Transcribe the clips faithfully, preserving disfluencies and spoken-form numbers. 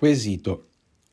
Quesito.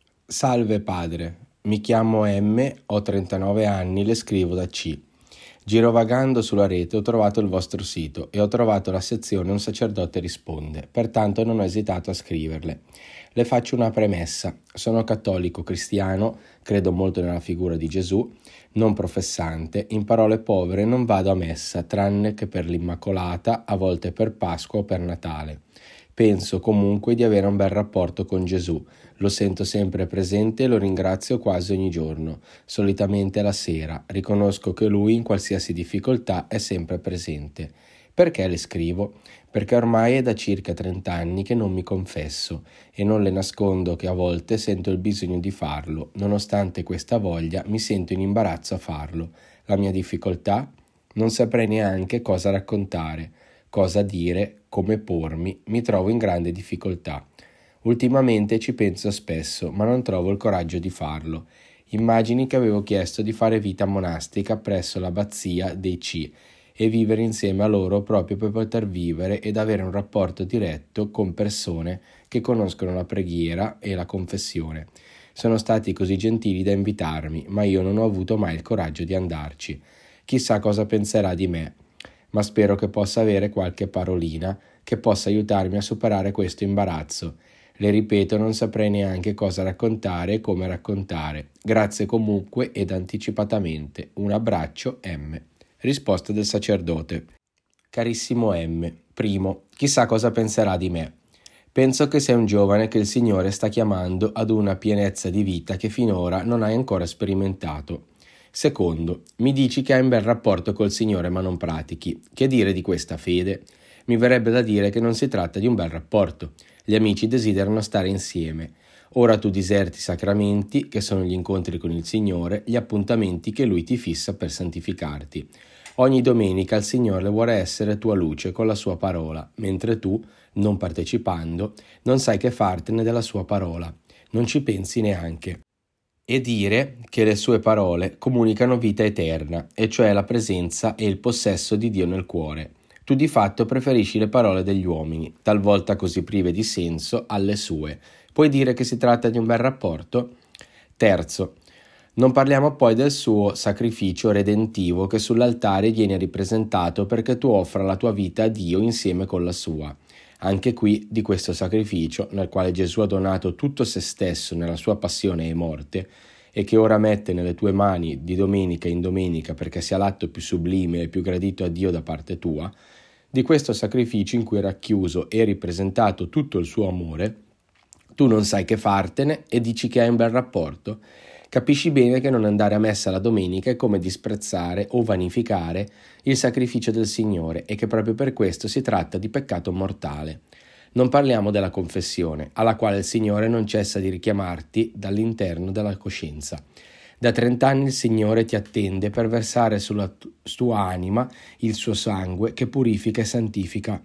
Salve padre, mi chiamo M, ho trentanove anni, le scrivo da C. Girovagando sulla rete ho trovato il vostro sito e ho trovato la sezione Un sacerdote risponde, pertanto non ho esitato a scriverle. Le faccio una premessa, sono cattolico cristiano, credo molto nella figura di Gesù, non professante, in parole povere non vado a messa, tranne che per l'Immacolata, a volte per Pasqua o per Natale. Penso comunque di avere un bel rapporto con Gesù, lo sento sempre presente e lo ringrazio quasi ogni giorno, solitamente la sera, riconosco che Lui in qualsiasi difficoltà è sempre presente. Perché le scrivo? Perché ormai è da circa trenta anni che non mi confesso e non le nascondo che a volte sento il bisogno di farlo, nonostante questa voglia mi sento in imbarazzo a farlo. La mia difficoltà? Non saprei neanche cosa raccontare, cosa dire, come pormi, mi trovo in grande difficoltà. Ultimamente ci penso spesso, ma non trovo il coraggio di farlo. Immagini che avevo chiesto di fare vita monastica presso l'abbazia dei C e vivere insieme a loro proprio per poter vivere ed avere un rapporto diretto con persone che conoscono la preghiera e la confessione. Sono stati così gentili da invitarmi, ma io non ho avuto mai il coraggio di andarci. Chissà cosa penserà di me, ma spero che possa avere qualche parolina che possa aiutarmi a superare questo imbarazzo. Le ripeto, non saprei neanche cosa raccontare e come raccontare. Grazie comunque ed anticipatamente. Un abbraccio, M. Risposta del sacerdote. Carissimo M. Primo, chissà cosa penserà di me. Penso che sei un giovane che il Signore sta chiamando ad una pienezza di vita che finora non hai ancora sperimentato. Secondo, mi dici che hai un bel rapporto col Signore ma non pratichi. Che dire di questa fede? Mi verrebbe da dire che non si tratta di un bel rapporto. Gli amici desiderano stare insieme. Ora tu diserti i sacramenti, che sono gli incontri con il Signore, gli appuntamenti che Lui ti fissa per santificarti. Ogni domenica il Signore vuole essere tua luce con la sua parola, mentre tu, non partecipando, non sai che fartene della sua parola. Non ci pensi neanche. E dire che le sue parole comunicano vita eterna, e cioè la presenza e il possesso di Dio nel cuore. Tu di fatto preferisci le parole degli uomini, talvolta così prive di senso, alle sue. Puoi dire che si tratta di un bel rapporto? Terzo, non parliamo poi del suo sacrificio redentivo che sull'altare viene ripresentato perché tu offra la tua vita a Dio insieme con la sua. Anche qui di questo sacrificio, nel quale Gesù ha donato tutto se stesso nella sua passione e morte, e che ora mette nelle tue mani di domenica in domenica perché sia l'atto più sublime e più gradito a Dio da parte tua, di questo sacrificio in cui è racchiuso e ripresentato tutto il suo amore, tu non sai che fartene e dici che hai un bel rapporto. Capisci bene che non andare a messa la domenica è come disprezzare o vanificare il sacrificio del Signore e che proprio per questo si tratta di peccato mortale. Non parliamo della confessione, alla quale il Signore non cessa di richiamarti dall'interno della coscienza. Da trent'anni il Signore ti attende per versare sulla tua anima il suo sangue che purifica e santifica.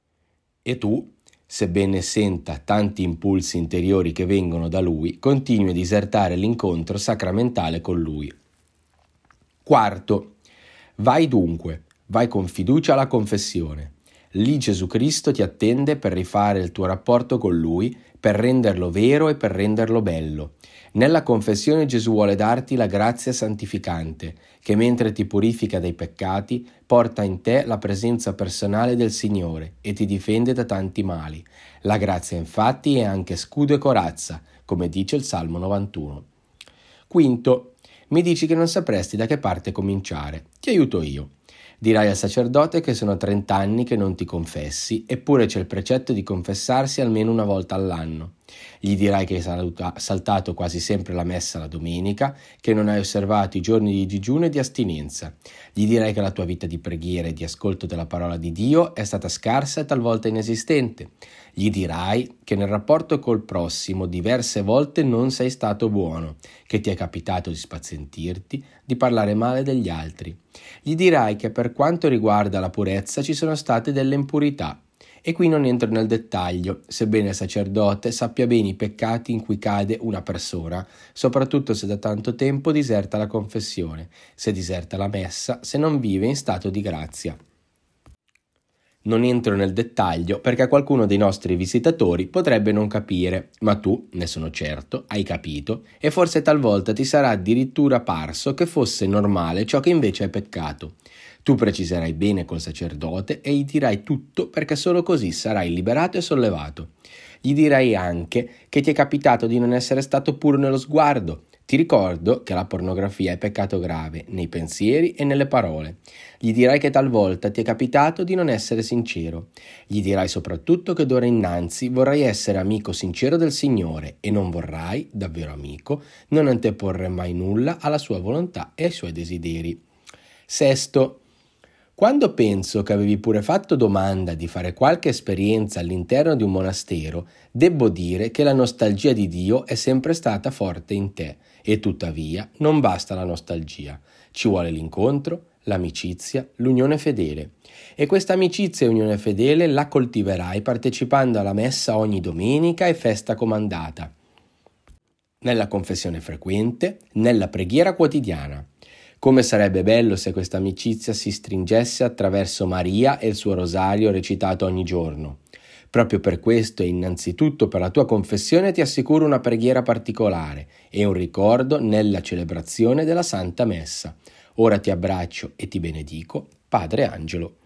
E tu, sebbene senta tanti impulsi interiori che vengono da Lui, continui a disertare l'incontro sacramentale con Lui. Quarto, vai dunque, vai con fiducia alla confessione. Lì Gesù Cristo ti attende per rifare il tuo rapporto con Lui, per renderlo vero e per renderlo bello. Nella confessione Gesù vuole darti la grazia santificante, che mentre ti purifica dai peccati, porta in te la presenza personale del Signore e ti difende da tanti mali. La grazia infatti è anche scudo e corazza, come dice il Salmo novantuno. Quinto, mi dici che non sapresti da che parte cominciare. Ti aiuto io. Dirai al sacerdote che sono trent'anni che non ti confessi, eppure c'è il precetto di confessarsi almeno una volta all'anno. Gli dirai che hai saltato quasi sempre la messa la domenica, che non hai osservato i giorni di digiuno e di astinenza. Gli dirai che la tua vita di preghiera e di ascolto della parola di Dio è stata scarsa e talvolta inesistente. Gli dirai che nel rapporto col prossimo diverse volte non sei stato buono, che ti è capitato di spazientirti, di parlare male degli altri. Gli dirai che per quanto riguarda la purezza ci sono state delle impurità. E qui non entro nel dettaglio, sebbene il sacerdote sappia bene i peccati in cui cade una persona, soprattutto se da tanto tempo diserta la confessione, se diserta la messa, se non vive in stato di grazia. Non entro nel dettaglio perché qualcuno dei nostri visitatori potrebbe non capire, ma tu, ne sono certo, hai capito e forse talvolta ti sarà addirittura parso che fosse normale ciò che invece è peccato. Tu preciserai bene col sacerdote e gli dirai tutto perché solo così sarai liberato e sollevato. Gli dirai anche che ti è capitato di non essere stato puro nello sguardo. Ti ricordo che la pornografia è peccato grave nei pensieri e nelle parole. Gli dirai che talvolta ti è capitato di non essere sincero. Gli dirai soprattutto che d'ora innanzi vorrai essere amico sincero del Signore e non vorrai, davvero amico, non anteporre mai nulla alla sua volontà e ai suoi desideri. Sesto. Quando penso che avevi pure fatto domanda di fare qualche esperienza all'interno di un monastero, debbo dire che la nostalgia di Dio è sempre stata forte in te e tuttavia non basta la nostalgia, ci vuole l'incontro, l'amicizia, l'unione fedele. E questa amicizia e unione fedele la coltiverai partecipando alla messa ogni domenica e festa comandata, nella confessione frequente, nella preghiera quotidiana. Come sarebbe bello se questa amicizia si stringesse attraverso Maria e il suo rosario recitato ogni giorno. Proprio per questo e innanzitutto per la tua confessione ti assicuro una preghiera particolare e un ricordo nella celebrazione della Santa Messa. Ora ti abbraccio e ti benedico, Padre Angelo.